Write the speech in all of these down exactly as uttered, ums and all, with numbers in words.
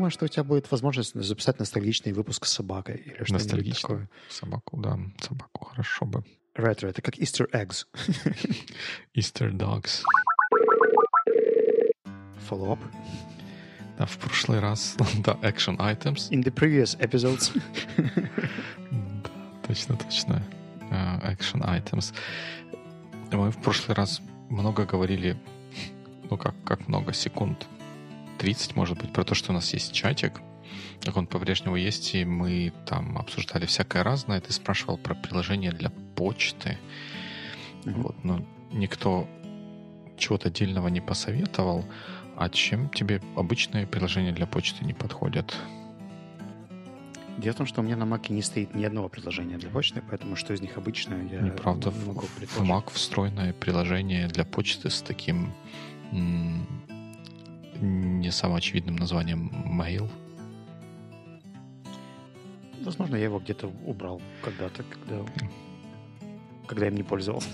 думаю, что у тебя будет возможность записать ностальгичный выпуск с собакой или что-нибудь такое. Собаку, да. Собаку хорошо бы. Ретро. Это как Easter eggs. Easter dogs. Follow-up. Да, в прошлый раз, да, action items. In the previous episodes. Да, точно, точно. Uh, action items. Мы в прошлый раз много говорили, ну как, как много, секунд тридцать, может быть, про то, что у нас есть чатик. Как он по-прежнему есть, и мы там обсуждали всякое разное. Ты спрашивал про приложение для почты. Mm-hmm. Вот, но никто чего-то отдельного не посоветовал. А чем тебе обычные приложения для почты не подходят? Дело в том, что у меня на Mac не стоит ни одного приложения для почты, поэтому что из них обычное, я Неправда, не могу в, предположить. в Mac встроенное приложение для почты с таким м- не самым очевидным названием Mail. Возможно, я его где-то убрал когда-то, когда, когда я им не пользовался.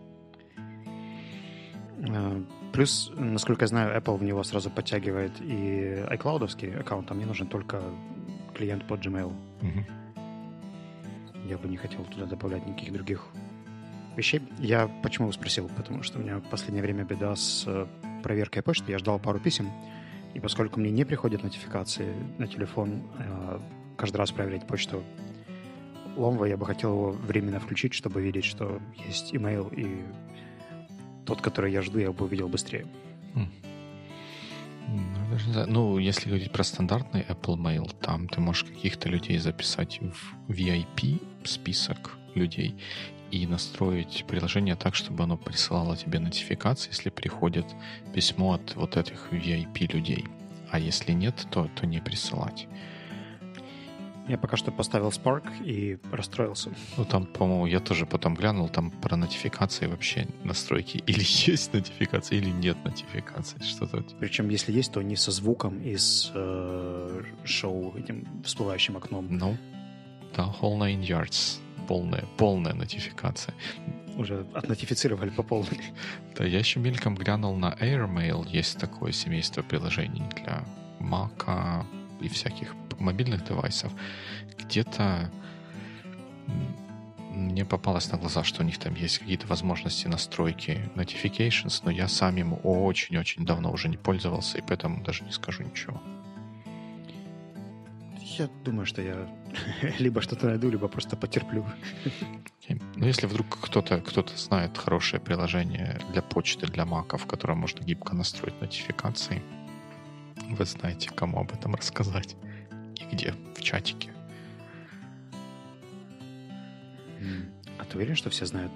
Плюс, насколько я знаю, Apple в него сразу подтягивает и iCloud-овский аккаунт, а мне нужен только клиент под Gmail. Угу. Я бы не хотел туда добавлять никаких других вещей. Я почему спросил? Потому что у меня в последнее время беда с проверкой почты. Я ждал пару писем, и поскольку мне не приходят нотификации на телефон, каждый раз проверять почту Ломва, я бы хотел его временно включить, чтобы видеть, что есть email, и тот, который я жду, я бы увидел быстрее. Mm. Ну, даже не знаю. Ну, если говорить про стандартный Apple Mail, там ты можешь каких-то людей записать в ви ай пи список людей и настроить приложение так, чтобы оно присылало тебе нотификации, если приходит письмо от вот этих ви ай пи людей. А если нет, то, то не присылать. Я пока что поставил Spark и расстроился. Ну, там, по-моему, я тоже потом глянул, там про нотификации вообще настройки. Или есть нотификации, или нет нотификаций. Что-то. Причем, если есть, то не со звуком из э, шоу этим всплывающим окном. Ну, да, whole nine yards. Полная, полная нотификация. Уже отнотифицировали по полной. Да, я еще мельком глянул на AirMail. Есть такое семейство приложений для Mac и всяких мобильных девайсов. Где-то мне попалось на глаза, что у них там есть какие-то возможности настройки notifications, но я сам им очень-очень давно уже не пользовался, и поэтому даже не скажу ничего. Я думаю, что я либо что-то найду, либо просто потерплю. Okay. Но если вдруг кто-то, кто-то знает хорошее приложение для почты, для Mac, в котором можно гибко настроить нотификации, вы знаете, кому об этом рассказать. И где? В чатике. А ты уверен, что все знают?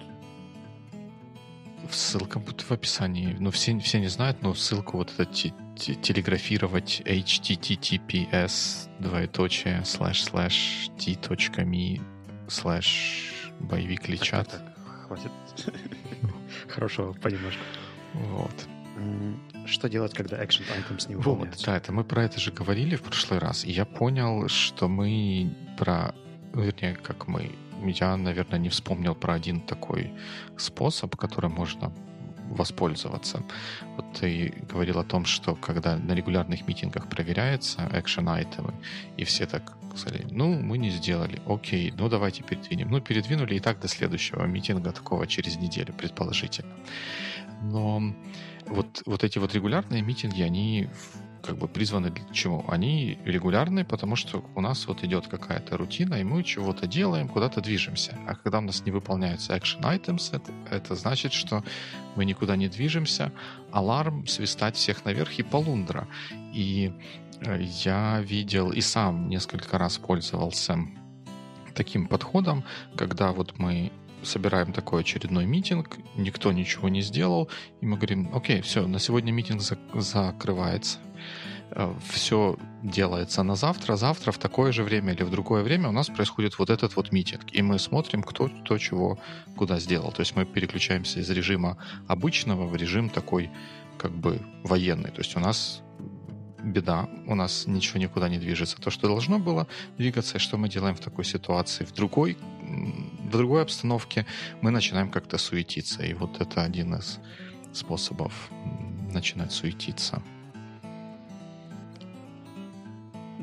Ссылка будет в описании. Ну, все, все не знают, но ссылку вот это т- т- телеграфировать эйч ти ти ти пи эс двоеточие слэш слэш t.me слэш боевик чат. Так, так, так, хватит. Хорошего понемножку. Вот. Что делать, когда action items не Вот, выполняются? да, это мы про это же говорили в прошлый раз, и я понял, что мы про... Вернее, как мы... Я, наверное, не вспомнил про один такой способ, которым можно воспользоваться. Вот ты говорил о том, что когда на регулярных митингах проверяются action-айтемы, и все так сказали, ну, мы не сделали, окей, ну, давайте передвинем. Ну, передвинули и так до следующего митинга, такого через неделю, предположительно. Но вот, вот эти вот регулярные митинги, они как бы призваны для чего? Они регулярные, потому что у нас вот идет какая-то рутина, и мы чего-то делаем, куда-то движемся. А когда у нас не выполняются action items, это, это значит, что мы никуда не движемся, аларм, свистать всех наверх и полундра. И я видел и сам несколько раз пользовался таким подходом, когда вот мы собираем такой очередной митинг, никто ничего не сделал, и мы говорим, окей, все, на сегодня митинг зак- закрывается. Все делается на завтра. Завтра в такое же время или в другое время у нас происходит вот этот вот митинг. И мы смотрим, кто, кто чего куда сделал. То есть мы переключаемся из режима обычного в режим такой как бы военный. То есть у нас беда, у нас ничего никуда не движется. То, что должно было двигаться, и что мы делаем в такой ситуации? В другой, в другой обстановке мы начинаем как-то суетиться. И вот это один из способов начинать суетиться.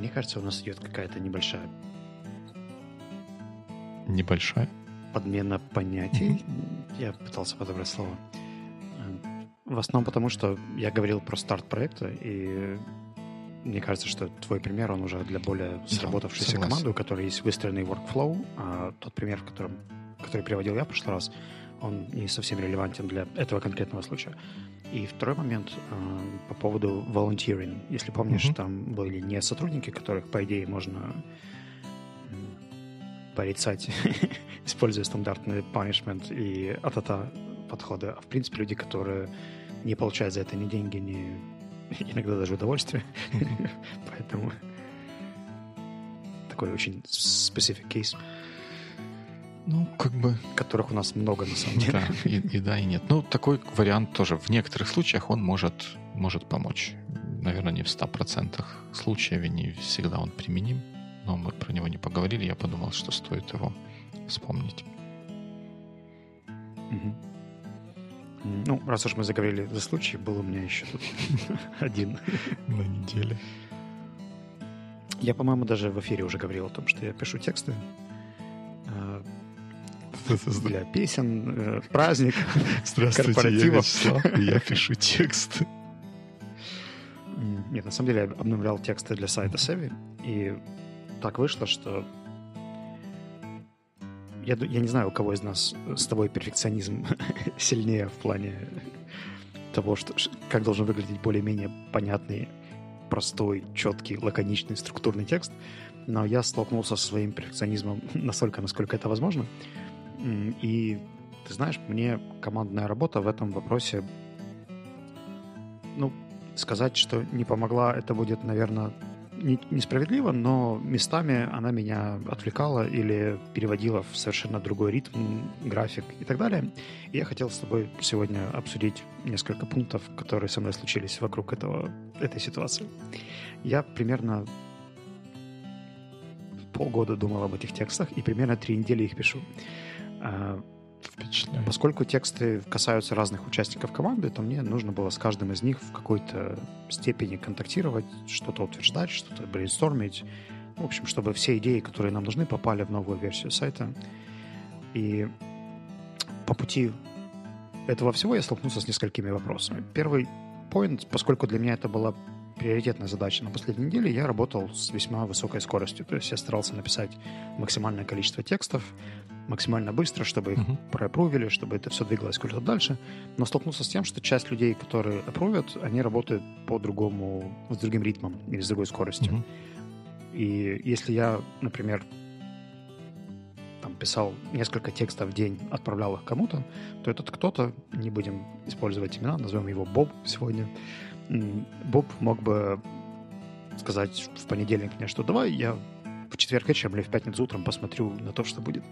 Мне кажется, у нас идет какая-то небольшая... Небольшая? Подмена понятий. Я пытался подобрать слово. В основном потому, что я говорил про старт проекта, и мне кажется, что твой пример, он уже для более сработавшейся да, команды, у которой есть выстроенный workflow, а тот пример, в котором, который приводил я в прошлый раз, он не совсем релевантен для этого конкретного случая. И второй момент э, по поводу volunteering. Если помнишь, mm-hmm. там были не сотрудники, которых, по идее, можно порицать, используя стандартный punishment и атата подходы, а в принципе люди, которые не получают за это ни деньги, ни иногда даже удовольствие. Mm-hmm. Поэтому такой очень specific case. Ну, как бы... Которых у нас много, на самом деле. Да, и, и да, и нет. Ну, такой вариант тоже. В некоторых случаях он может, может помочь. Наверное, не в ста процентах случаев, и не всегда он применим. Но мы про него не поговорили. Я подумал, что стоит его вспомнить. Угу. Ну, раз уж мы заговорили за случай, был у меня еще тут один. На неделе. Я, по-моему, даже в эфире уже говорил о том, что я пишу тексты для песен, праздников, корпоративов. Я пишу тексты. Нет, на самом деле я обновлял тексты для сайта Savvy, и так вышло, что я, я не знаю, у кого из нас с тобой перфекционизм сильнее в плане того, что, как должен выглядеть более-менее понятный, простой, четкий, лаконичный, структурный текст, но я столкнулся со своим перфекционизмом настолько, насколько это возможно. И, ты знаешь, мне командная работа в этом вопросе, ну, сказать, что не помогла, это будет, наверное, не, несправедливо, но местами она меня отвлекала или переводила в совершенно другой ритм, график и так далее. И я хотел с тобой сегодня обсудить несколько пунктов, которые со мной случились вокруг этого, этой ситуации. Я примерно полгода думал об этих текстах и примерно три недели их пишу. Впечатляет. Поскольку тексты касаются разных участников команды, то мне нужно было с каждым из них в какой-то степени контактировать, что-то утверждать, что-то брейнстормить. В общем, чтобы все идеи, которые нам нужны, попали в новую версию сайта. И по пути этого всего я столкнулся с несколькими вопросами. Первый point, поскольку для меня это была приоритетная задача на последней неделе, я работал с весьма высокой скоростью. То есть я старался написать максимальное количество текстов, максимально быстро, чтобы их uh-huh. проапрувили, чтобы это все двигалось куда-то дальше. Но столкнулся с тем, что часть людей, которые апрувят, они работают по-другому, с другим ритмом или с другой скоростью. Uh-huh. И если я, например, там, писал несколько текстов в день, отправлял их кому-то, то этот кто-то, не будем использовать имена, назовем его Боб сегодня, Боб мог бы сказать в понедельник мне, что давай я в четверг вечером или в пятницу утром посмотрю на то, что будет.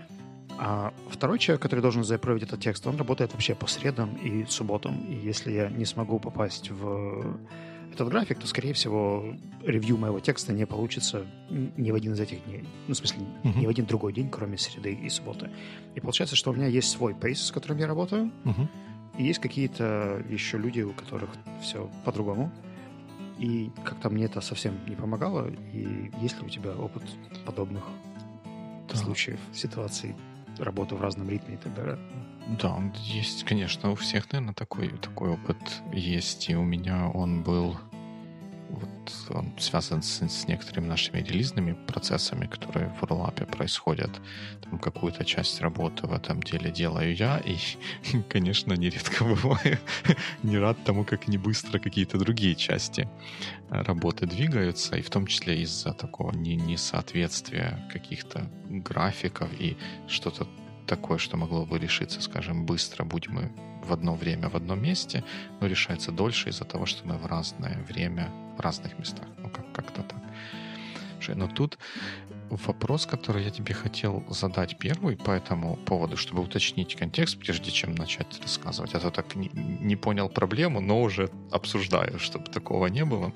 А второй человек, который должен заапрувить этот текст, он работает вообще по средам и субботам. И если я не смогу попасть в этот график, то, скорее всего, ревью моего текста не получится ни в один из этих дней. Ну, в смысле, uh-huh. ни в один другой день, кроме среды и субботы. И получается, что у меня есть свой пейс, с которым я работаю, uh-huh. и есть какие-то еще люди, у которых все по-другому. И как-то мне это совсем не помогало. И есть ли у тебя опыт подобных да. случаев, ситуаций, работы в разном ритме и так далее? Да, есть, конечно, у всех, наверное, такой, такой опыт есть. И у меня он был вот, он связан с, с некоторыми нашими релизными процессами, которые в Rollup происходят. Там какую-то часть работы в этом деле делаю я, и, конечно, нередко бываю не рад тому, как не быстро какие-то другие части работы двигаются, и в том числе из-за такого несоответствия каких-то графиков и что-то такое, что могло бы решиться, скажем, быстро, будь мы в одно время в одном месте, но решается дольше из-за того, что мы в разное время в разных местах. Ну, как- как-то так. Но тут вопрос, который я тебе хотел задать первый по этому поводу, чтобы уточнить контекст, прежде чем начать рассказывать. А то так не, не понял проблему, но уже обсуждаю, чтобы такого не было.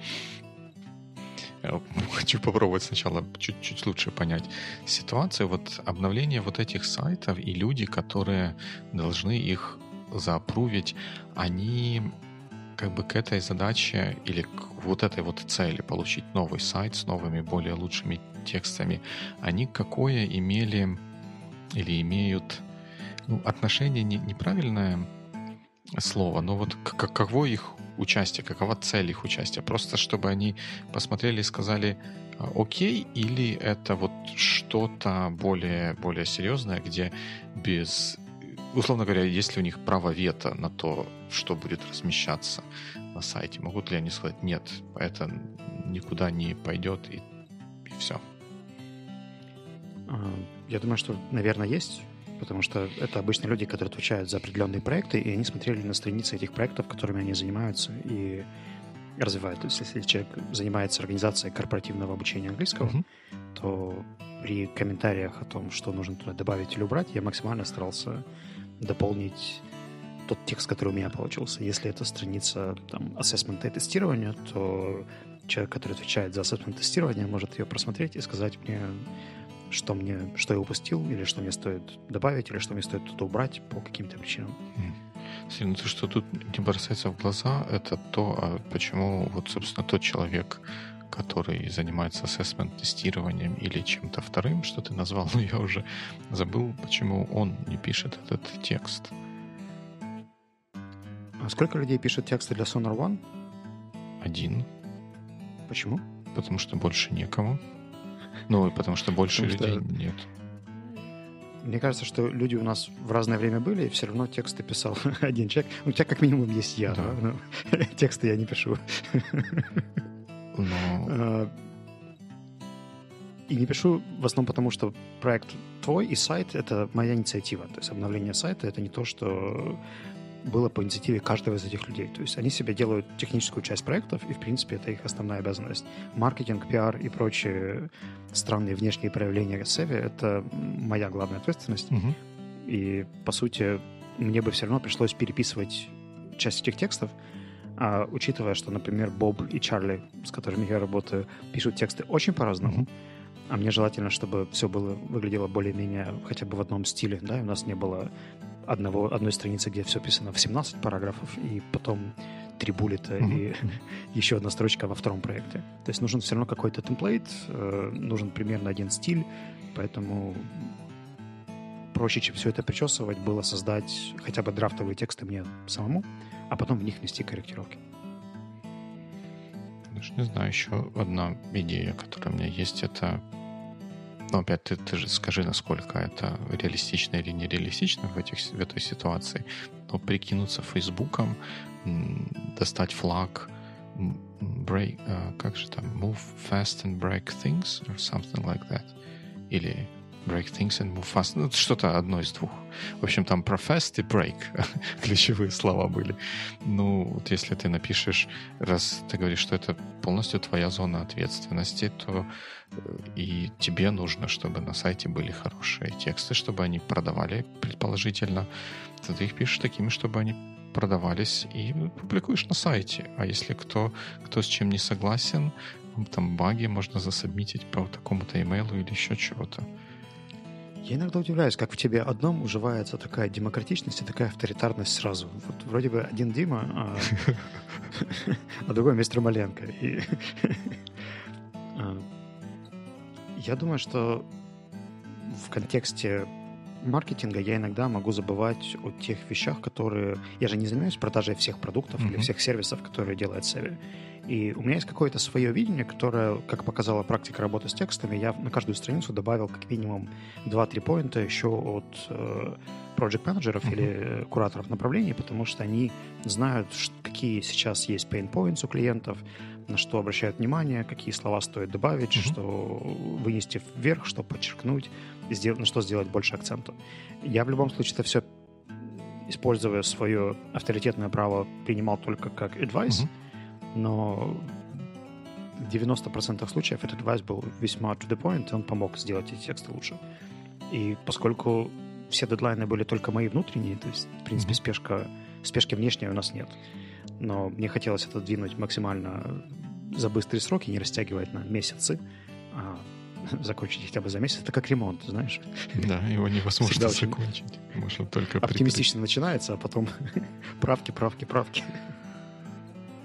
Хочу попробовать сначала чуть-чуть лучше понять ситуацию. Вот обновление вот этих сайтов и люди, которые должны их заапрувить, они как бы к этой задаче или к вот этой вот цели получить новый сайт с новыми, более лучшими текстами, они какое имели или имеют ну, отношение, не, неправильное слово, но вот к- каково их участие, какова цель их участия? Просто чтобы они посмотрели и сказали окей, или это вот что-то более, более серьезное, где без... Условно говоря, есть ли у них право вето на то, что будет размещаться на сайте? Могут ли они сказать, нет, это никуда не пойдет, и, и все? Я думаю, что, наверное, есть, потому что это обычно люди, которые отвечают за определенные проекты, и они смотрели на страницы этих проектов, которыми они занимаются, и развивают. То есть если человек занимается организацией корпоративного обучения английского, mm-hmm. то при комментариях о том, что нужно туда добавить или убрать, я максимально старался дополнить тот текст, который у меня получился. Если это страница там, ассессмента и тестирования, то человек, который отвечает за ассессмент тестирования, может ее просмотреть и сказать мне, что мне, что я упустил, или что мне стоит добавить, или что мне стоит туда убрать по каким-то причинам. Mm. Ну, то, что тут не бросается в глаза, это то, почему вот, собственно, тот человек, который занимается ассессмент-тестированием или чем-то вторым, что ты назвал, но я уже забыл, почему он не пишет этот текст. А сколько людей пишет тексты для Sonar One? Один. Почему? Потому что больше некому. Ну, и потому что больше людей нет. Мне кажется, что люди у нас в разное время были, и все равно тексты писал один человек. У тебя как минимум есть я, да? Да? Но тексты я не пишу. Но... И не пишу в основном потому, что проект твой и сайт — это моя инициатива. То есть обновление сайта — это не то, что было по инициативе каждого из этих людей. То есть они себе делают техническую часть проектов, и, в принципе, это их основная обязанность. Маркетинг, пиар и прочие странные внешние проявления Севи — это моя главная ответственность. Угу. И, по сути, мне бы все равно пришлось переписывать часть этих текстов, а учитывая, что, например, Боб и Чарли, с которыми я работаю, пишут тексты очень по-разному, угу. а мне желательно, чтобы все было, выглядело более-менее хотя бы в одном стиле, да, и у нас не было одного, одной страницы, где все писано в семнадцать параграфов, и потом три буллета mm-hmm. и еще одна строчка во втором проекте. То есть нужен все равно какой-то темплейт, э, нужен примерно один стиль, поэтому проще, чем все это причесывать, было создать хотя бы драфтовые тексты мне самому, а потом в них внести корректировки. Даже не знаю, еще одна идея, которая у меня есть, это... Ну, опять, ты, ты же скажи, насколько это реалистично или нереалистично в, этих, в этой ситуации. Но прикинуться Фейсбуком, достать флаг, break, uh, как же там, move fast and break things, or something like that. Или break things and move fast. Ну, что-то одно из двух. В общем, там про fast и break ключевые слова были. Ну, вот если ты напишешь, раз ты говоришь, что это полностью твоя зона ответственности, то и тебе нужно, чтобы на сайте были хорошие тексты, чтобы они продавали, предположительно, то ты их пишешь такими, чтобы они продавались, и публикуешь на сайте. А если кто, кто с чем не согласен, там баги можно засабмитить по такому-то имейлу или еще чего-то. Я иногда удивляюсь, как в тебе одном уживается такая демократичность и такая авторитарность сразу. Вот вроде бы один Дима, а, а другой мистер Маленко. И я думаю, что в контексте маркетинга я иногда могу забывать о тех вещах, которые... Я же не занимаюсь продажей всех продуктов mm-hmm. или всех сервисов, которые делает Севи. И у меня есть какое-то свое видение, которое, как показала практика работы с текстами, я на каждую страницу добавил как минимум два-три поинта еще от э, проект-менеджеров mm-hmm. или кураторов направлений, потому что они знают, какие сейчас есть pain points у клиентов, на что обращают внимание, какие слова стоит добавить, mm-hmm. что вынести вверх, что подчеркнуть, сделать, на что сделать больше акцента. Я в любом случае это все, используя свое авторитетное право, принимал только как advice, mm-hmm. но в девяноста процентах случаев этот advice был весьма to the point, и он помог сделать эти тексты лучше. И поскольку все дедлайны были только мои внутренние, то есть, в принципе, mm-hmm. спешка, спешки внешней у нас нет. Но мне хотелось это двинуть максимально за быстрые сроки, не растягивать на месяцы, а закончить хотя бы за месяц. Это как ремонт, знаешь? Да, его невозможно закончить. Можно только оптимистично начинается, а потом правки, правки, правки.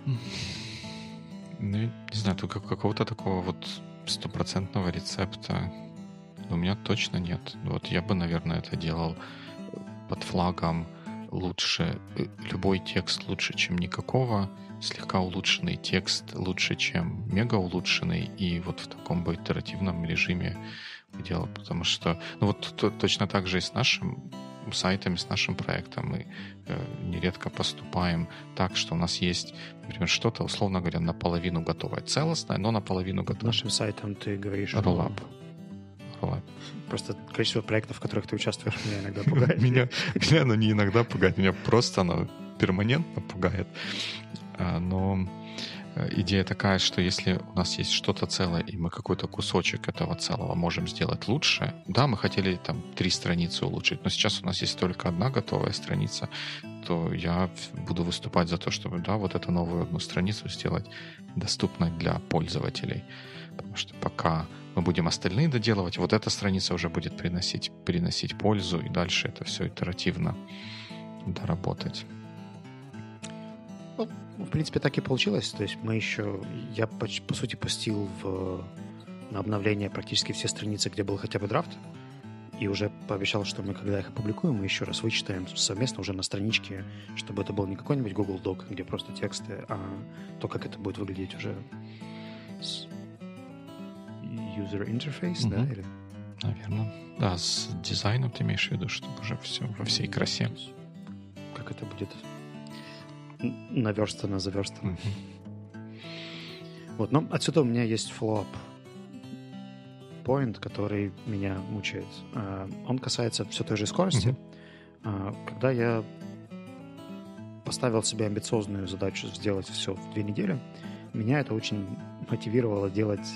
Ну, не знаю, тут какого-то такого вот стопроцентного рецепта у меня точно нет. Вот я бы, наверное, это делал под флагом лучше, любой текст лучше, чем никакого, слегка улучшенный текст лучше, чем мега улучшенный, и вот в таком бы итеративном режиме делал, потому что, ну вот то, точно так же и с нашим сайтом, с нашим проектом мы э, нередко поступаем так, что у нас есть, например, что-то, условно говоря, наполовину готовое, целостное, но наполовину готовое. Нашим сайтом ты говоришь... Rollup. Rollup. Просто количество проектов, в которых ты участвуешь, меня иногда пугает. Меня оно не иногда пугает, меня просто оно перманентно пугает. Но идея такая, что если у нас есть что-то целое, и мы какой-то кусочек этого целого можем сделать лучше, да, мы хотели там три страницы улучшить, но сейчас у нас есть только одна готовая страница, то я буду выступать за то, чтобы, да, вот эту новую одну страницу сделать доступной для пользователей. Потому что пока мы будем остальные доделывать, вот эта страница уже будет приносить, приносить пользу, и дальше это все итеративно доработать. Ну, в принципе, так и получилось. То есть мы еще... Я, по, по сути, пустил в, на обновление практически все страницы, где был хотя бы драфт, и уже пообещал, что мы, когда их опубликуем, мы еще раз вычитаем совместно уже на страничке, чтобы это был не какой-нибудь Google Doc, где просто тексты, а то, как это будет выглядеть уже с user interface, mm-hmm. да? Или? Наверное. Да, с дизайном ты имеешь в виду, чтобы уже все во всей красе. Как это будет наверстано, заверстано. Mm-hmm. Вот, но отсюда у меня есть follow-up point, который меня мучает. Он касается все той же скорости. Mm-hmm. Когда я поставил себе амбициозную задачу сделать все в две недели, меня это очень мотивировало делать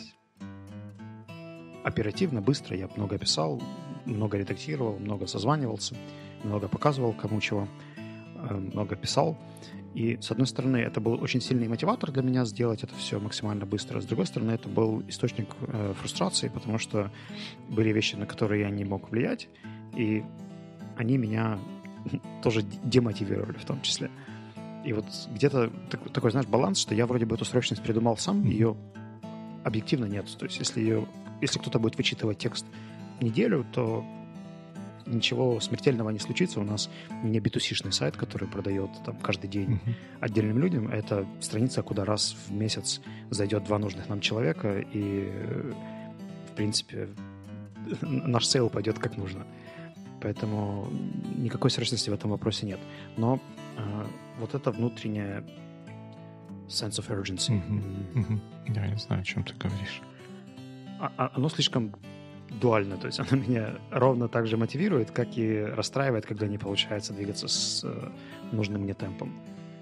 оперативно, быстро. Я много писал, много редактировал, много созванивался, много показывал кому чего, много писал. И, с одной стороны, это был очень сильный мотиватор для меня сделать это все максимально быстро. С другой стороны, это был источник э, фрустрации, потому что были вещи, на которые я не мог влиять, и они меня тоже демотивировали в том числе. И вот где-то так, такой, знаешь, баланс, что я вроде бы эту срочность придумал сам, mm-hmm. ее объективно нет. То есть если, ее, если кто-то будет вычитывать текст неделю, то ничего смертельного не случится. У нас не би ту си-шный сайт, который продает там каждый день uh-huh. отдельным людям. Это страница, куда раз в месяц зайдет два нужных нам человека, и, в принципе, наш сейл пойдет как нужно. Поэтому никакой срочности в этом вопросе нет. Но э, вот это внутреннее sense of urgency. Uh-huh. Uh-huh. Я не знаю, о чем ты говоришь. А, оно слишком дуально, то есть оно меня ровно так же мотивирует, как и расстраивает, когда не получается двигаться с э, нужным мне темпом.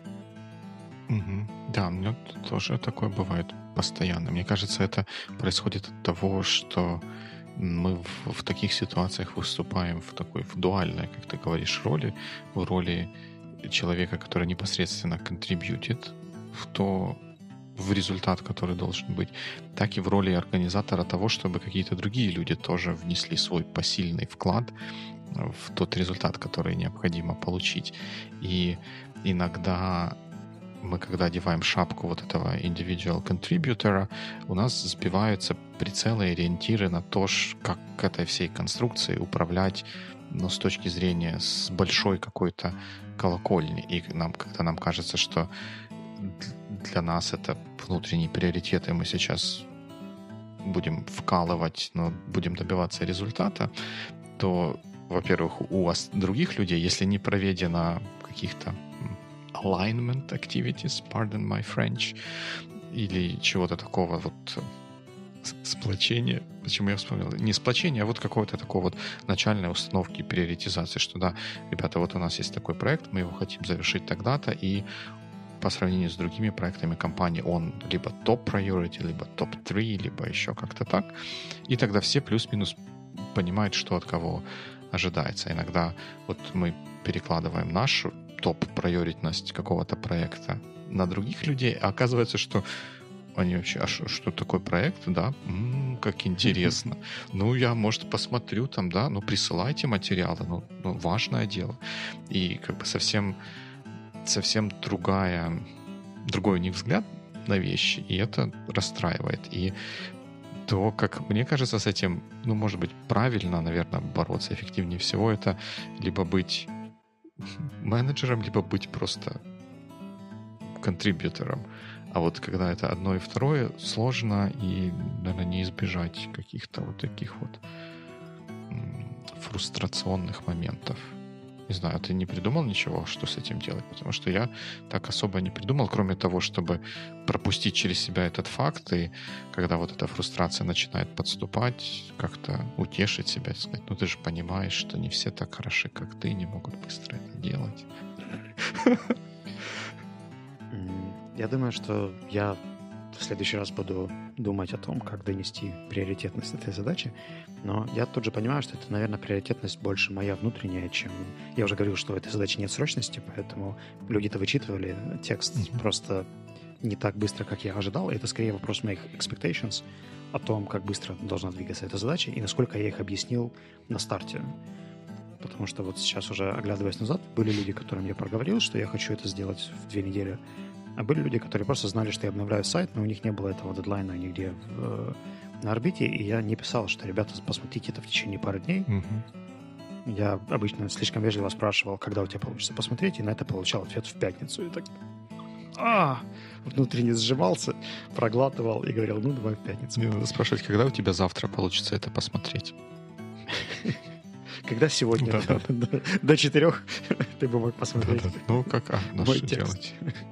Угу. Да, у меня тоже такое бывает постоянно. Мне кажется, это происходит от того, что мы в, в таких ситуациях выступаем в такой в дуальной, как ты говоришь, роли, в роли человека, который непосредственно контрибьютит в то, в результат, который должен быть, так и в роли организатора того, чтобы какие-то другие люди тоже внесли свой посильный вклад в тот результат, который необходимо получить. И иногда мы, когда одеваем шапку вот этого individual contributor, у нас сбиваются прицелы и ориентиры на то, как к этой всей конструкции управлять, но с точки зрения с большой какой-то колокольни. И нам, когда нам кажется, что для нас это внутренний приоритет, и мы сейчас будем вкалывать, но будем добиваться результата, то, во-первых, у вас других людей, если не проведено каких-то alignment activities, pardon my French, или чего-то такого вот сплочения, почему я вспомнил, не сплочение, а вот какой-то такой вот начальной установки приоритизации, что да, ребята, вот у нас есть такой проект, мы его хотим завершить тогда-то, и по сравнению с другими проектами компании он либо топ-priority, либо топ-три, либо еще как-то так. И тогда все плюс-минус понимают, что от кого ожидается. Иногда вот мы перекладываем нашу топ-приоритетность какого-то проекта на других людей, а оказывается, что они вообще, а что, что такой проект, да? М-м, как интересно. Ну, я, может, посмотрю там, да, ну, присылайте материалы, ну, ну важное дело. И как бы совсем совсем другая другой у них взгляд на вещи, и это расстраивает. И то, как мне кажется, с этим, ну, может быть, правильно, наверное, бороться, эффективнее всего, это либо быть менеджером, либо быть просто контрибьютором. А вот когда это одно и второе, сложно и, наверное, не избежать каких-то вот таких вот фрустрационных моментов. Не знаю, ты не придумал ничего, что с этим делать? Потому что я так особо не придумал, кроме того, чтобы пропустить через себя этот факт, и когда вот эта фрустрация начинает подступать, как-то утешить себя, сказать, ну ты же понимаешь, что не все так хороши, как ты, не могут быстро это делать. Я думаю, что я в следующий раз буду думать о том, как донести приоритетность этой задачи, но я тут же понимаю, что это, наверное, приоритетность больше моя внутренняя, чем... Я уже говорил, что у этой задачи нет срочности, поэтому люди-то вычитывали текст mm-hmm. просто не так быстро, как я ожидал, и это скорее вопрос моих expectations о том, как быстро должна двигаться эта задача и насколько я их объяснил на старте. Потому что вот сейчас уже, оглядываясь назад, были люди, которым я проговорил, что я хочу это сделать в две недели, а были люди, которые просто знали, что я обновляю сайт, но у них не было этого дедлайна нигде в, на орбите, и я не писал, что, ребята, посмотрите это в течение пары дней. Mm-hmm. Я обычно слишком вежливо спрашивал, когда у тебя получится посмотреть, и на это получал ответ в пятницу. И так а, внутренне сжимался, проглатывал и говорил, ну, давай в пятницу. Мне надо спрашивать, когда у тебя завтра получится это посмотреть? Когда сегодня до четырех ты бы мог посмотреть. Ну, как, а, ну что делать?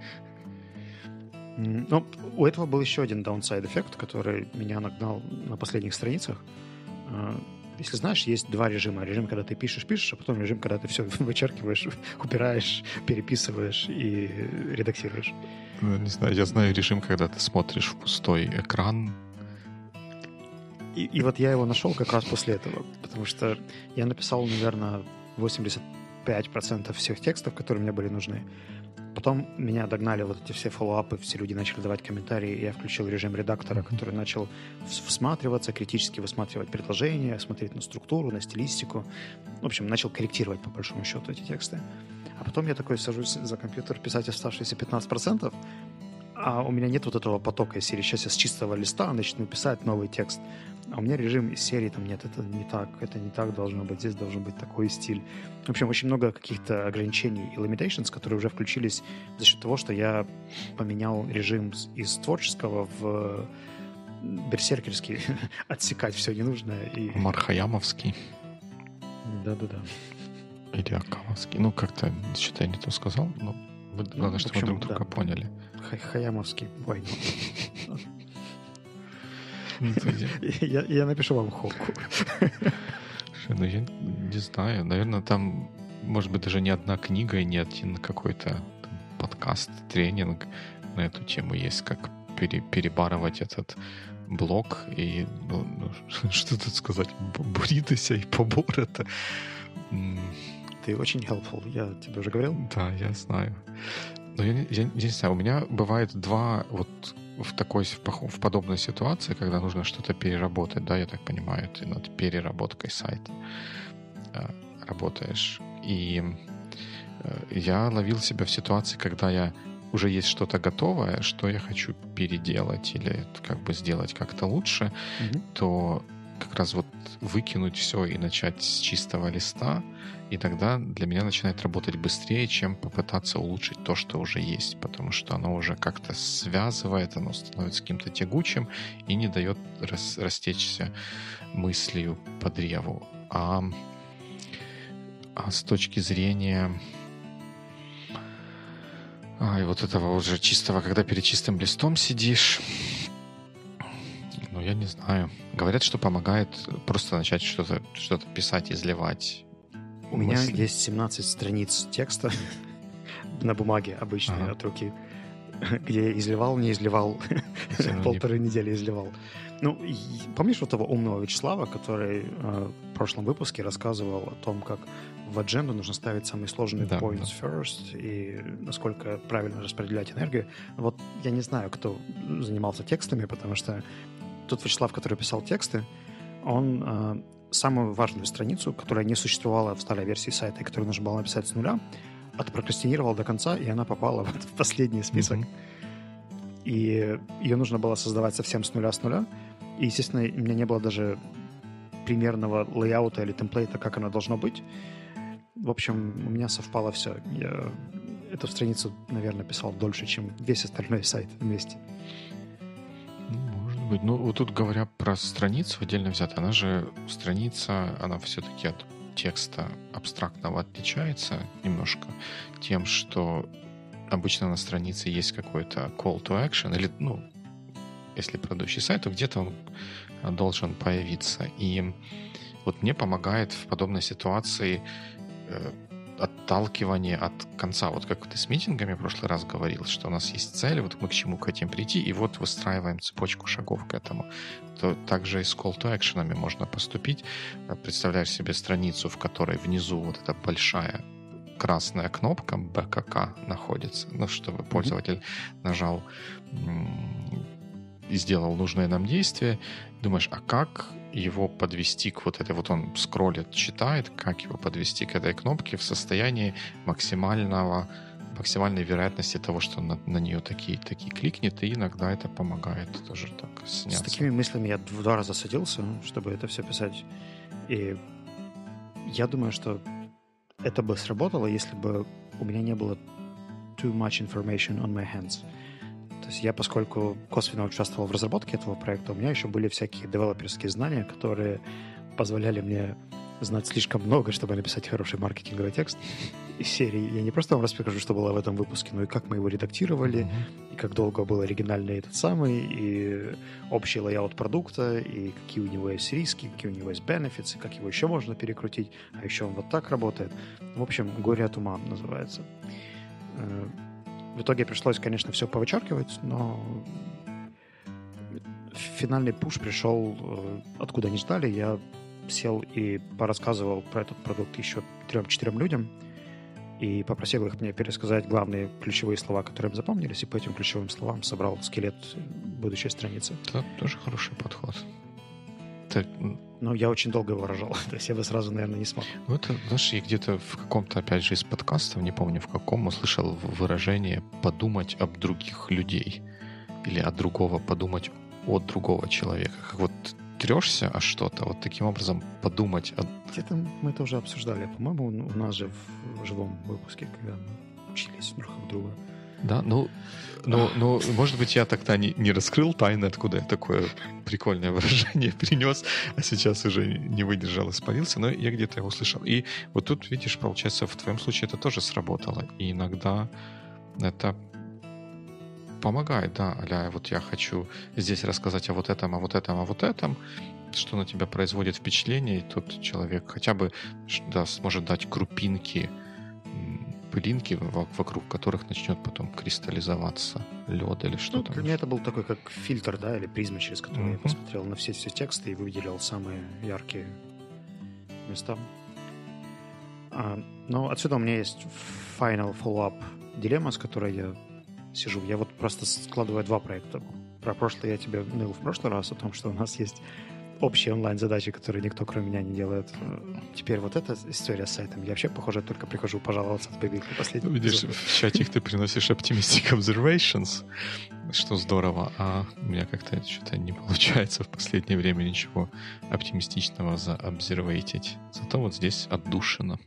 Но у этого был еще один downside эффект, который меня нагнал на последних страницах. Если знаешь, есть два режима. Режим, когда ты пишешь-пишешь, а потом режим, когда ты все вычеркиваешь, убираешь, переписываешь и редактируешь. Ну, не знаю, я знаю режим, когда ты смотришь в пустой экран. И, и вот я его нашел как раз после этого, потому что я написал, наверное, восемьдесят пять процентов всех текстов, которые мне были нужны. Потом меня догнали вот эти все фоллоуапы, все люди начали давать комментарии, и я включил режим редактора, который начал всматриваться, критически высматривать предложения, смотреть на структуру, на стилистику. В общем, начал корректировать, по большому счету, эти тексты. А потом я такой сажусь за компьютер писать оставшиеся пятнадцать процентов, а у меня нет вот этого потока из серии. Сейчас я с чистого листа начну писать новый текст. А у меня режим из серии там нет, это не так, это не так должно быть, здесь должен быть такой стиль. В общем, очень много каких-то ограничений и limitations, которые уже включились за счет того, что я поменял режим из творческого в берсеркерский, отсекать все ненужное. И... Мархаямовский. Да-да-да. Или Акамовский. Ну, как-то, что-то я не то сказал, но мы, ну, главное, что общем, мы друг друга да. поняли. Хаямовский. Ой, я, я напишу вам хокку. Ну, я не знаю. Наверное, там, может быть, даже не одна книга и не один какой-то там, подкаст, тренинг на эту тему есть, как пере, перебарывать этот блок и, ну, ну, что тут сказать, буритося и побор это. Ты очень helpful, я тебе уже говорил. Да, я знаю. Но я, я, я не знаю, у меня бывает два вот в такой, в, в подобной ситуации, когда нужно что-то переработать, да, я так понимаю, ты над переработкой сайта э, работаешь. И э, я ловил себя в ситуации, когда я уже есть что-то готовое, что я хочу переделать или как бы сделать как-то лучше, mm-hmm. то как раз вот выкинуть все и начать с чистого листа, и тогда для меня начинает работать быстрее, чем попытаться улучшить то, что уже есть, потому что оно уже как-то связывает, оно становится каким-то тягучим и не дает рас, растечься мыслью по древу. А, а с точки зрения а, и вот этого уже чистого, когда перед чистым листом сидишь, ну, я не знаю. Говорят, что помогает просто начать что-то, что-то писать, изливать. У мысли. Меня есть семнадцать страниц текста на бумаге обычной ага. от руки, где я изливал, не изливал, полторы недели изливал. Ну, помнишь вот того умного Вячеслава, который э, в прошлом выпуске рассказывал о том, как в адженду нужно ставить самые сложные да, points да. first и насколько правильно распределять энергию. Вот я не знаю, кто занимался текстами, потому что тот Вячеслав, который писал тексты, он э, самую важную страницу, которая не существовала в старой версии сайта и которую нужно было написать с нуля, отпрокрастинировал до конца, и она попала в последний список. Mm-hmm. и ее нужно было создавать совсем с нуля с нуля. И, естественно, у меня не было даже примерного лейаута или темплейта, как оно должно быть. В общем, у меня совпало все. Я эту страницу, наверное, писал дольше, чем весь остальной сайт вместе. Может быть. Ну, вот тут говоря про страницу отдельно взятую, она же страница, она все-таки от текста абстрактного отличается немножко тем, что обычно на странице есть какой-то call to action, или, ну, если продающий сайт, то где-то он должен появиться. И вот мне помогает в подобной ситуации э, отталкивание от конца. Вот как ты с митингами в прошлый раз говорил, что у нас есть цель, вот мы к чему хотим прийти, и вот выстраиваем цепочку шагов к этому. То также и с call to action'ами можно поступить. Представляешь себе страницу, в которой внизу вот эта большая красная кнопка бэ ка ка находится, ну, чтобы mm-hmm. пользователь нажал и сделал нужное нам действие. Думаешь, а как его подвести к вот этой, вот он скроллит, читает, как его подвести к этой кнопке в состоянии максимального, максимальной вероятности того, что на, на нее такие, такие кликнет, и иногда это помогает тоже так сняться. С такими мыслями я в два раза садился, чтобы это все писать, и я думаю, что это бы сработало, если бы у меня не было too much information on my hands. То есть я, поскольку косвенно участвовал в разработке этого проекта, у меня еще были всякие девелоперские знания, которые позволяли мне знать слишком много, чтобы написать хороший маркетинговый текст из серии. Я не просто вам расскажу, что было в этом выпуске, но и как мы его редактировали, mm-hmm. и как долго был оригинальный этот самый, и общий лейаут продукта, и какие у него есть риски, какие у него есть benefits, и как его еще можно перекрутить, а еще он вот так работает. В общем, горе от ума называется. В итоге пришлось, конечно, все повычеркивать, но финальный пуш пришел откуда не ждали. Я сел и порассказывал про этот продукт еще трем-четырем людям и попросил их мне пересказать главные ключевые слова, которые им запомнились, и по этим ключевым словам собрал скелет будущей страницы. Это тоже хороший подход. Это... Но я очень долго его выражал, то есть я бы сразу, наверное, не смог. Ну, это, знаешь, я где-то в каком-то, опять же, из подкастов, не помню в каком, услышал выражение «подумать об других людей» или «от другого», «подумать от другого человека». Как вот трешься о что-то, вот таким образом подумать о... Где-то мы это уже обсуждали, по-моему, у нас же в живом выпуске, когда мы учились друг от друга. Да, ну, ну, ну, может быть, я тогда не, не раскрыл тайны, откуда я такое прикольное выражение принес, а сейчас уже не выдержал, испарился, но я где-то его услышал. И вот тут, видишь, получается, в твоем случае это тоже сработало. И иногда это помогает, да, а-ля вот я хочу здесь рассказать о вот этом, о вот этом, о вот этом, что на тебя производит впечатление, и тут человек хотя бы да, сможет дать крупинки, пылинки, вокруг которых начнет потом кристаллизоваться лед или что-то. Ну, для меня это был такой как фильтр, да, или призма, через который mm-hmm. я посмотрел на все, все тексты и выделил самые яркие места. А, но отсюда у меня есть final follow-up дилемма, с которой я сижу. Я вот просто складываю два проекта. Про прошлое я тебе ныл в прошлый раз о том, что у нас есть общие онлайн-задачи, которые никто, кроме меня, не делает. Теперь вот эта история с сайтом. Я вообще, похоже, только прихожу пожаловаться в бэйбик последний. Ну, видишь, эпизод. В чатик ты приносишь optimistic observations, что здорово, а у меня как-то что-то не получается в последнее время ничего оптимистичного заобзервейтить. Зато вот здесь отдушина.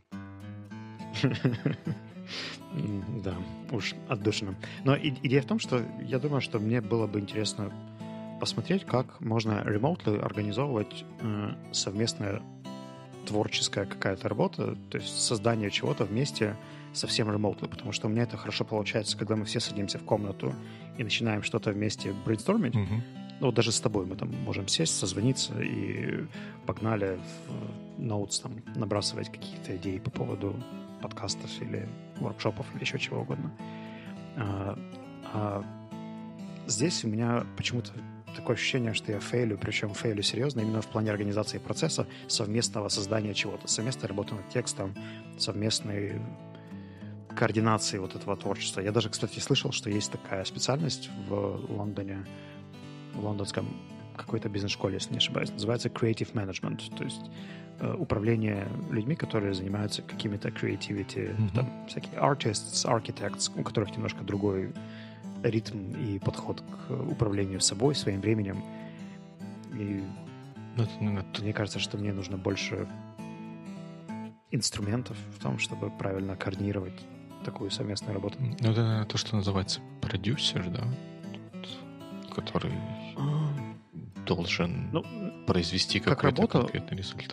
Да, уж отдушина. Но идея в том, что я думаю, что мне было бы интересно посмотреть, как можно ремоутли организовывать э, совместная творческая какая-то работа, то есть создание чего-то вместе совсем ремоутли, потому что у меня это хорошо получается, когда мы все садимся в комнату и начинаем что-то вместе брейнстормить. Mm-hmm. Ну, вот даже с тобой мы там можем сесть, созвониться и погнали в ноутс там набрасывать какие-то идеи по поводу подкастов или воркшопов или еще чего угодно. А, а здесь у меня почему-то такое ощущение, что я фейлю, причем фейлю серьезно, именно в плане организации процесса совместного создания чего-то, совместной работы над текстом, совместной координации вот этого творчества. Я даже, кстати, слышал, что есть такая специальность в Лондоне, в лондонском какой-то бизнес-школе, если не ошибаюсь, называется Creative Management, то есть э, управление людьми, которые занимаются какими-то creativity, mm-hmm. там всякие artists, architects, у которых немножко другой ритм и подход к управлению собой, своим временем. И Ну, это, наверное, т- мне кажется, что мне нужно больше инструментов в том, чтобы правильно координировать такую совместную работу. ну, это, наверное, то, что называется продюсер, да, вот, который должен Ну, произвести как какой-то работа, конкретный результат.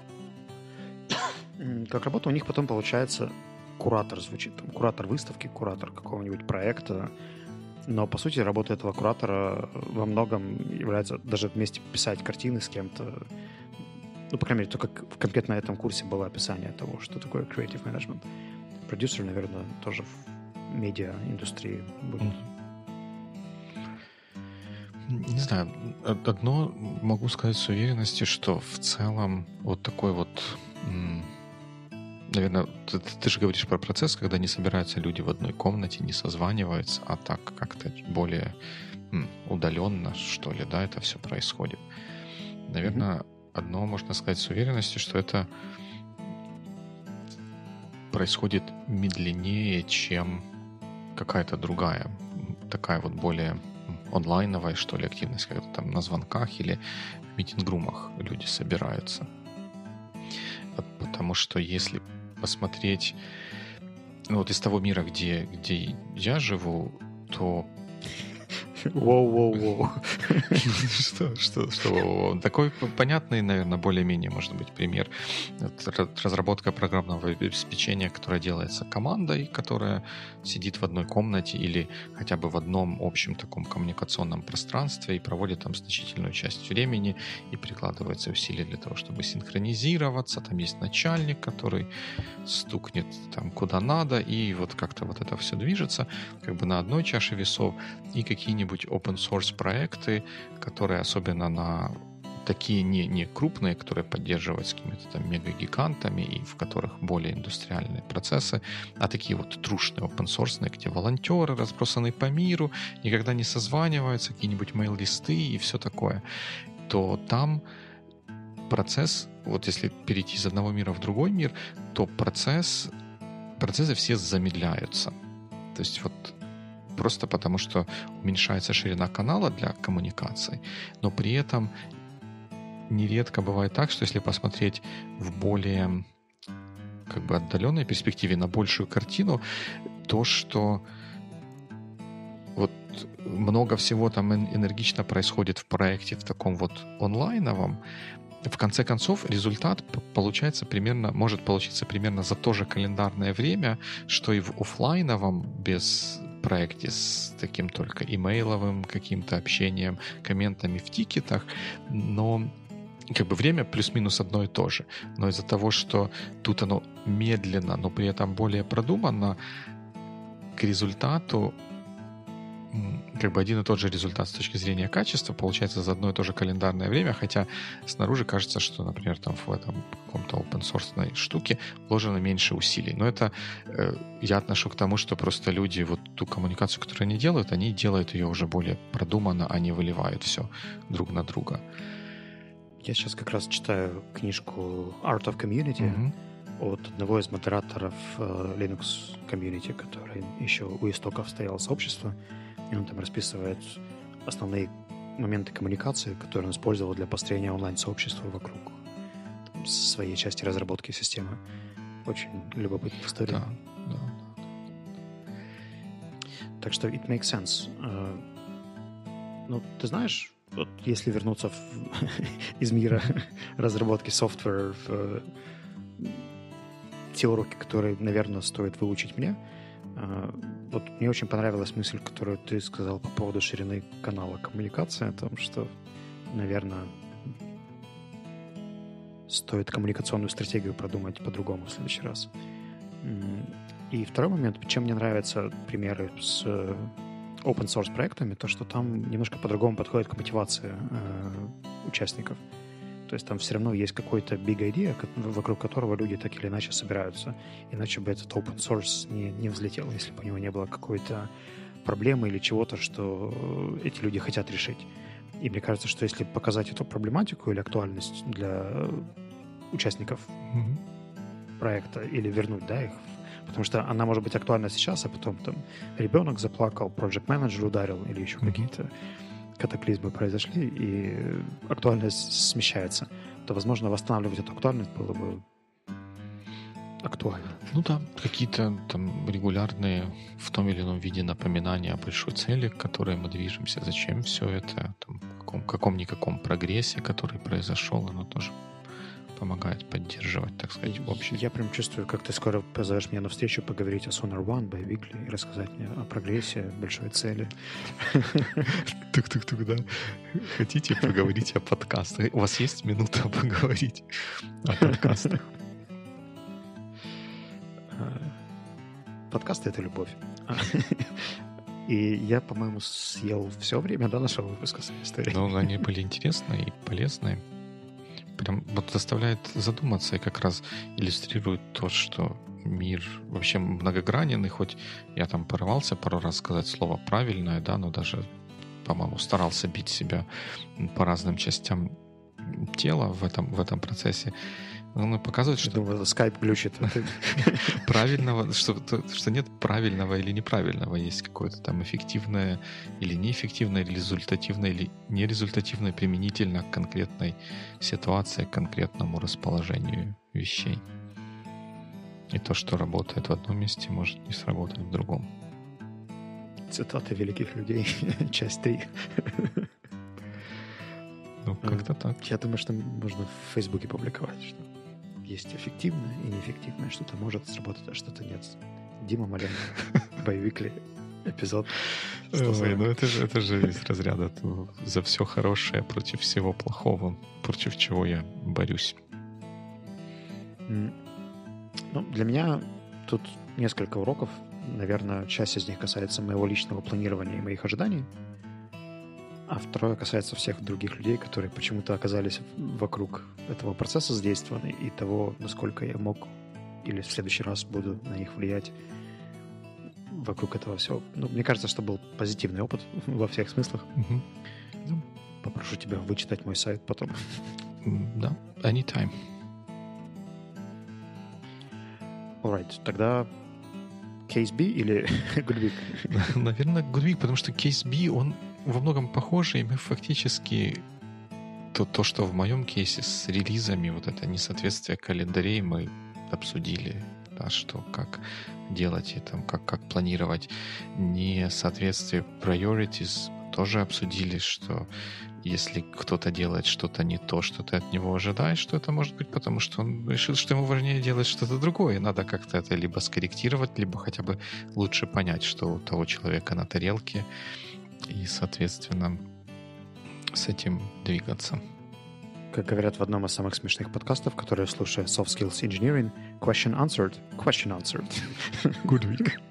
м, как работа у них потом получается куратор звучит. Там, куратор выставки, куратор какого-нибудь проекта. Но, по сути, работа этого куратора во многом является даже вместе писать картины с кем-то. Ну, по крайней мере, только в конкретно этом курсе было описание того, что такое creative management. Продюсер, наверное, тоже в медиа-индустрии будет. Не знаю, од- одно могу сказать с уверенностью, что в целом вот такой вот, м, наверное, ты, ты же говоришь про процесс, когда не собираются люди в одной комнате, не созваниваются, а так как-то более м, удаленно, что ли, да, это все происходит. Наверное, одно можно сказать с уверенностью, что это происходит медленнее, чем какая-то другая, м, такая вот более м, онлайновая, что ли, активность, когда там на звонках или в митинг-румах люди собираются. Вот потому что если посмотреть, ну, вот из того мира, где, где я живу, то Воу-воу-воу. Что, что, что? Такой понятный, наверное, более-менее, может быть, пример. Это разработка программного обеспечения, которое делается командой, которая сидит в одной комнате или хотя бы в одном общем таком коммуникационном пространстве и проводит там значительную часть времени и прикладывается усилия для того, чтобы синхронизироваться. Там есть начальник, который стукнет там куда надо, и вот как-то вот это все движется как бы на одной чаше весов, и какие-нибудь open source проекты, которые особенно на такие не, не крупные, которые поддерживаются какими-то там мегагигантами и в которых более индустриальные процессы, а такие вот трушные open source, где волонтеры разбросаны по миру, никогда не созваниваются, какие-нибудь мейл-листы и все такое, то там процесс, вот если перейти из одного мира в другой мир, то процесс, процессы все замедляются. То есть вот просто потому, что уменьшается ширина канала для коммуникаций, но при этом нередко бывает так, что если посмотреть в более как бы отдаленной перспективе на большую картину, то, что вот много всего там энергично происходит в проекте в таком вот онлайновом, в конце концов результат получается примерно, может получиться примерно за то же календарное время, что и в офлайновом без проекте с таким только имейловым каким-то общением, комментами в тикетах, но как бы время плюс-минус одно и то же. Но из-за того, что тут оно медленно, но при этом более продуманно, к результату как бы один и тот же результат с точки зрения качества получается за одно и то же календарное время, хотя снаружи кажется, что, например, там в этом каком-то open-source штуке вложено меньше усилий. Но это э, я отношу к тому, что просто люди вот ту коммуникацию, которую они делают, они делают ее уже более продуманно, а не выливают все друг на друга. Я сейчас как раз читаю книжку Art of Community Mm-hmm. от одного из модераторов э, Linux Community, который еще у истоков стоял сообщества. И он там расписывает основные моменты коммуникации, которые он использовал для построения онлайн-сообщества вокруг там, своей части разработки системы. Очень любопытная история. Да, да. Так что it makes sense. Uh, ну, ты знаешь, вот если вернуться в, из мира разработки софтвера в uh, те уроки, которые, наверное, стоит выучить мне, Uh, вот мне очень понравилась мысль, которую ты сказал по поводу ширины канала коммуникации, о том, что, наверное, стоит коммуникационную стратегию продумать по-другому в следующий раз. И второй момент, чем мне нравятся примеры с open source проектами, то, что там немножко по-другому подходит к мотивации uh, участников. То есть там все равно есть какой-то big idea, вокруг которого люди так или иначе собираются. Иначе бы этот open source не, не взлетел, если бы у него не было какой-то проблемы или чего-то, что эти люди хотят решить. И мне кажется, что если показать эту проблематику или актуальность для участников mm-hmm. проекта или вернуть, да, их Потому что она может быть актуальна сейчас, а потом там ребенок заплакал, project manager ударил или еще mm-hmm. какие-то катаклизмы произошли, и актуальность смещается. То, возможно, восстанавливать эту актуальность было бы актуально. Ну да, какие-то там регулярные в том или ином виде напоминания о большой цели, к которой мы движемся, зачем все это, там, каком, каком-никаком прогрессе, который произошел, оно тоже помогает поддерживать, так сказать, общее. Я прям чувствую, как ты скоро позовешь меня на встречу поговорить о Sonar One, Bi-Weekly и рассказать мне о прогрессе, большой цели. Тук-тук-тук, да. Хотите поговорить о подкастах? У вас есть минута поговорить о подкастах? Подкасты — это любовь. И я, по-моему, съел все время до нашего выпуска своей истории. Но они были интересные и полезные. Прям вот заставляет задуматься и как раз иллюстрирует то, что мир вообще многогранен, и хоть я там порывался пару раз сказать слово правильное, да, но даже, по-моему, старался бить себя по разным частям тела в этом, в этом процессе. Он показывает, что... Я думаю, скайп глючит. Правильного, что, что нет правильного или неправильного. Есть какое-то там эффективное или неэффективное, или результативное, или нерезультативное применительно к конкретной ситуации, к конкретному расположению вещей. И то, что работает в одном месте, может не сработать в другом. Цитаты великих людей. Часть три. Ну, как-то так. Я думаю, что можно в Фейсбуке публиковать, что есть эффективное и неэффективное, что-то может сработать, а что-то нет. Дима Маленко, Bi-Weekly, эпизод. Ой, ну это же, это же из разряда за все хорошее против всего плохого, против чего я борюсь. Ну, для меня тут несколько уроков. Наверное, часть из них касается моего личного планирования и моих ожиданий. А второе касается всех других людей, которые почему-то оказались вокруг этого процесса задействованы, и того, насколько я мог или в следующий раз буду на них влиять вокруг этого всего. Ну, мне кажется, что был позитивный опыт во всех смыслах. Угу. Ну, попрошу тебя вычитать мой сайт потом. Да, anytime. Alright, тогда кейс B или Good Week? Наверное, Good Week, потому что кейс B, он во многом похожий, и мы фактически то, то, что в моем кейсе с релизами, вот это несоответствие календарей мы обсудили, да, что как делать и там, как, как планировать. Несоответствие priorities тоже обсудили, что если кто-то делает что-то не то, что ты от него ожидаешь, что это может быть потому, что он решил, что ему важнее делать что-то другое. Надо как-то это либо скорректировать, либо хотя бы лучше понять, что у того человека на тарелке, и, соответственно, с этим двигаться. Как говорят в одном из самых смешных подкастов, которые я слушаю, Soft Skills Engineering, question answered, question answered. Good week.